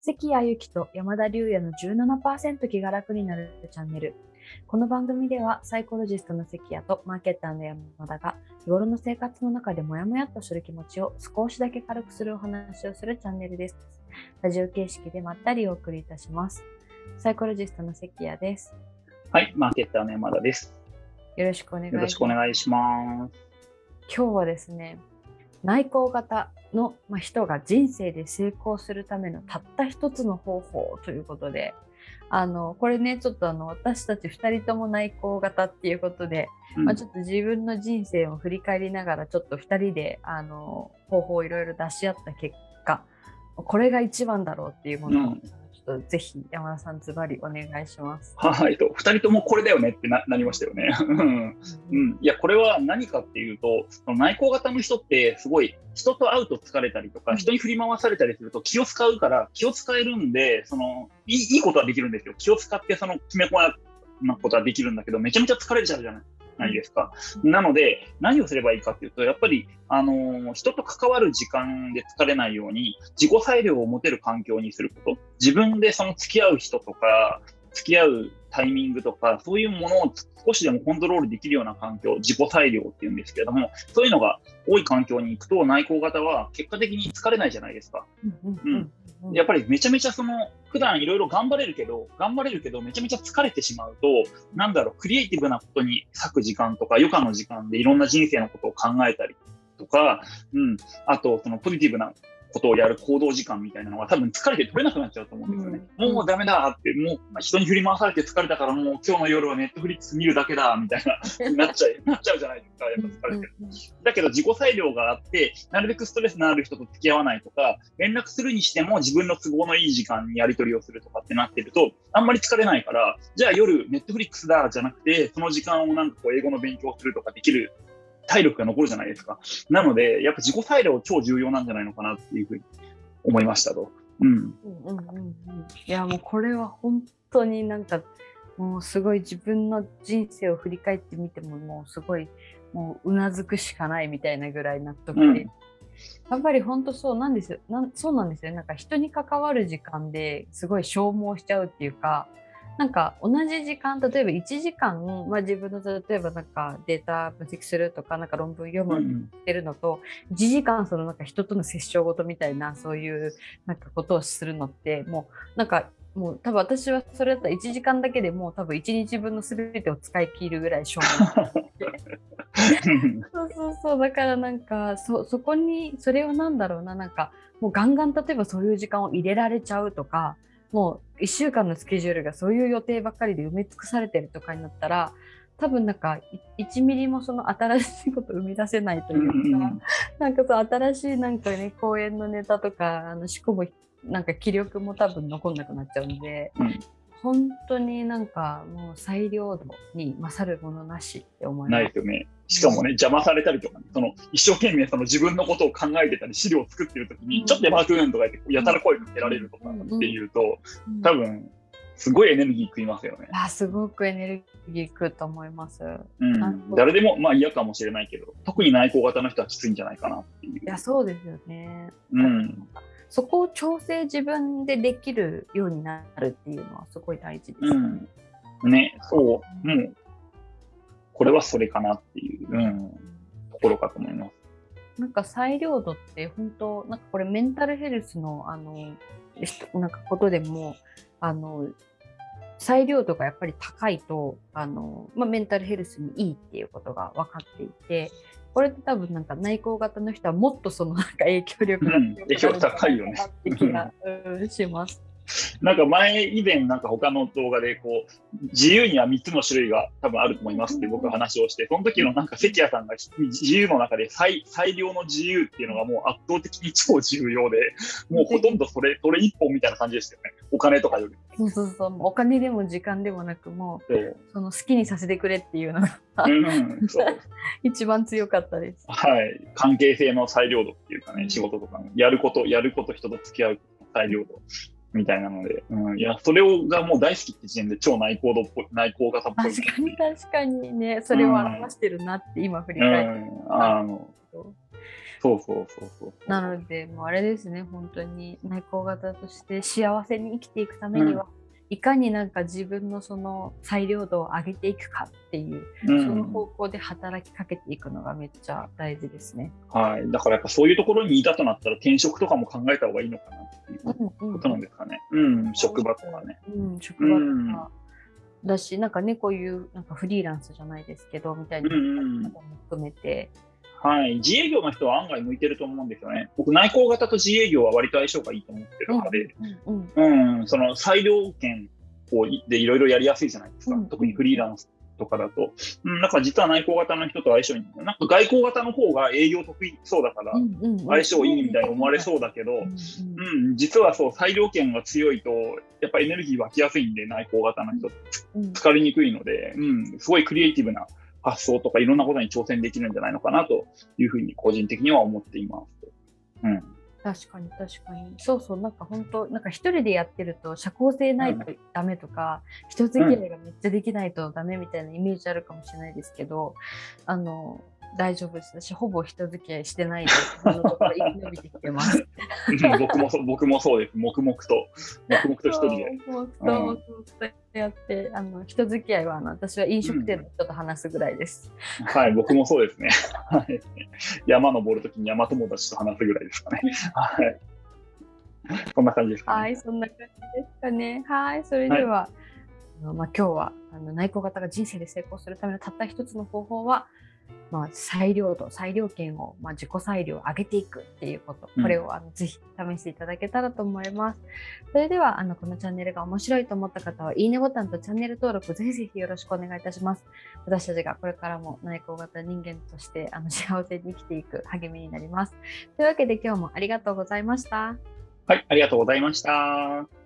関谷由紀と山田龍也の17%気が楽になるチャンネル。この番組ではサイコロジストの関谷とマーケッターの山田が日頃の生活の中でモヤモヤっとする気持ちを少しだけ軽くするお話をするチャンネルです。ラジオ形式でまったりお送りいたします。サイコロジストの関谷です。 はい、マーケッターの山田です。 よろしくお願いします。 よろしくお願いします。 今日はですね、内向型の人が人生で成功するためのたった一つの方法ということで、これねちょっと私たち2人とも内向型っていうことで、ちょっと自分の人生を振り返りながらちょっと2人で方法をいろいろ出し合った結果、これが一番だろうっていうものを、ちょっとぜひ山田さんズバリお願いします。 はい、2人ともこれだよねって なりましたよね。いやこれは何かっていうと、内向型の人ってすごい人と会うと疲れたりとか、人に振り回されたりすると気を使うから、気を使えるんでいいことはできるんですよ。気を使ってきめ細やかなことはできるんだけど、めちゃめちゃ疲れちゃうじゃないですか。なので何をすればいいかっていうと、やっぱり、人と関わる時間で疲れないように自己裁量を持てる環境にすること、自分で付き合う人とか付き合うタイミングとか、そういうものを少しでもコントロールできるような環境、自己裁量っていうんですけれども、そういうのが多い環境に行くと内向型は結果的に疲れないじゃないですか。やっぱりめちゃめちゃ普段いろいろ頑張れるけどめちゃめちゃ疲れてしまうと、クリエイティブなことに割く時間とか余暇の時間でいろんな人生のことを考えたりとか、あとポジティブなことをやる行動時間みたいなのが多分疲れて取れなくなっちゃうと思うんですよね。もうダメだって、もう人に振り回されて疲れたから、もう今日の夜はネットフリックス見るだけだみたいななっちゃうじゃないですか。やっぱ疲れてる。だけど自己裁量があって、なるべくストレスのある人と付き合わないとか、連絡するにしても自分の都合のいい時間にやり取りをするとかってなってると、あんまり疲れないから、じゃあ夜ネットフリックスだじゃなくて、その時間を英語の勉強をするとかできる体力が残るじゃないですか。なのでやっぱ自己裁量超重要なんじゃないのかなっていうふうに思いましたと。 いやもうこれは本当にもうすごい自分の人生を振り返ってみても、もうすごいもうなずくしかないみたいなぐらい納得で、やっぱり本当そうなんですよ。そうなんですよ。人に関わる時間ですごい消耗しちゃうっていうか、同じ時間、例えば1時間、自分の例えばデータ分析するとか論文読むってるのと、1時間人との接触事みたいな、そういうことをするのって、もう多分私はそれだったら1時間だけでもう多分1日分の全てを使い切るぐらい消耗そうだからそこにそれをもうガンガン例えばそういう時間を入れられちゃうとか、もう1週間のスケジュールがそういう予定ばっかりで埋め尽くされてるとかになったら、多分1ミリも新しいことを生み出せないというか、新しい講演のネタとか仕込む気力も多分残んなくなっちゃうんで、本当にもう裁量度に勝るものなしって思います。 ないですよね。しかもね、邪魔されたりとか、一生懸命自分のことを考えてたり資料を作ってる時に、ちょっと山田君とか言ってやたら声かけられるとかっていうと、多分すごいエネルギー食いますよね。 すごくエネルギー食うと思います。 誰でも嫌かもしれないけど、特に内向型の人はきついんじゃないかなっていう。 いやそうですよね。そこを調整自分でできるようになるっていうのはすごい大事ですね。そう、もうこれはそれかなっていう、ところかと思います。 裁量度って本当これメンタルヘルスのことでも裁量度がやっぱり高いとメンタルヘルスにいいっていうことが分かっていて、これって多分内向型の人はもっと影響力が高いよねって気がします。 以前他の動画で自由には3つの種類が多分あると思いますって僕は話をして、その時の関谷さんが自由の中で裁量の自由っていうのがもう圧倒的に超重要で、もうほとんどそれ一本みたいな感じでしたよね。お金とかより。 そうお金でも時間でもなく、もう好きにさせてくれっていうのが一番強かったです。 関係性の裁量度っていうかね、仕事とかやること人と付き合う裁量度みたいなので、いやそれがもう大好きって時点で超内向型っぽい。 確かにね、それを表してるなって今振り返って、 そうそうそうそうそう。 なので、もうあれですね、本当に内向型として幸せに生きていくためには、いかになんか自分のその裁量度を上げていくかっていう、その方向で働きかけていくのがめっちゃ大事ですね。 はい。だからやっぱそういうところにいたとなったら転職とかも考えた方がいいのかなっていうことなんですかね。職場とかね。 職場とか。だし、なんかね、こういうなんかフリーランスじゃないですけど、みたいなことも含めて。 はい。自営業の人は案外向いてると思うんですよね。僕、内向型と自営業は割と相性がいいと思ってるので、その裁量権でいろいろやりやすいじゃないですか。特にフリーランスとかだと。なんか実は内向型の人と相性いい。なんか外向型の方が営業得意そうだから、相性いいみたいに思われそうだけど、実はそう、裁量権が強いと、やっぱエネルギー湧きやすいんで、内向型の人って疲れにくいので、すごいクリエイティブな発想とかいろんなことに挑戦できるんじゃないのかなというふうに個人的には思っています。 確かに確かに。そうそう、なんか本当、なんか一人でやってると社交性ないとダメとか、人付き合いがめっちゃできないとダメみたいなイメージあるかもしれないですけど、大丈夫です。私ほぼ人付き合いしてないで、生き延びてきてます。 僕もそうです。黙々と一人で。 黙々とやって、人付き合いは私は飲食店の人と話すぐらいです。 はい、僕もそうですね。山登るときに山友達と話すぐらいですかね。はい。そんな感じですかね。 はい、そんな感じですかね。はい、それでは、今日は内向型が人生で成功するためのたった一つの方法は、裁量権を、自己裁量を上げていくっていうこと、これをぜひ試していただけたらと思います。それではこのチャンネルが面白いと思った方は、いいねボタンとチャンネル登録ぜひぜひよろしくお願いいたします。私たちがこれからも内向型人間として幸せに生きていく励みになります。というわけで今日もありがとうございました。 はい、ありがとうございました。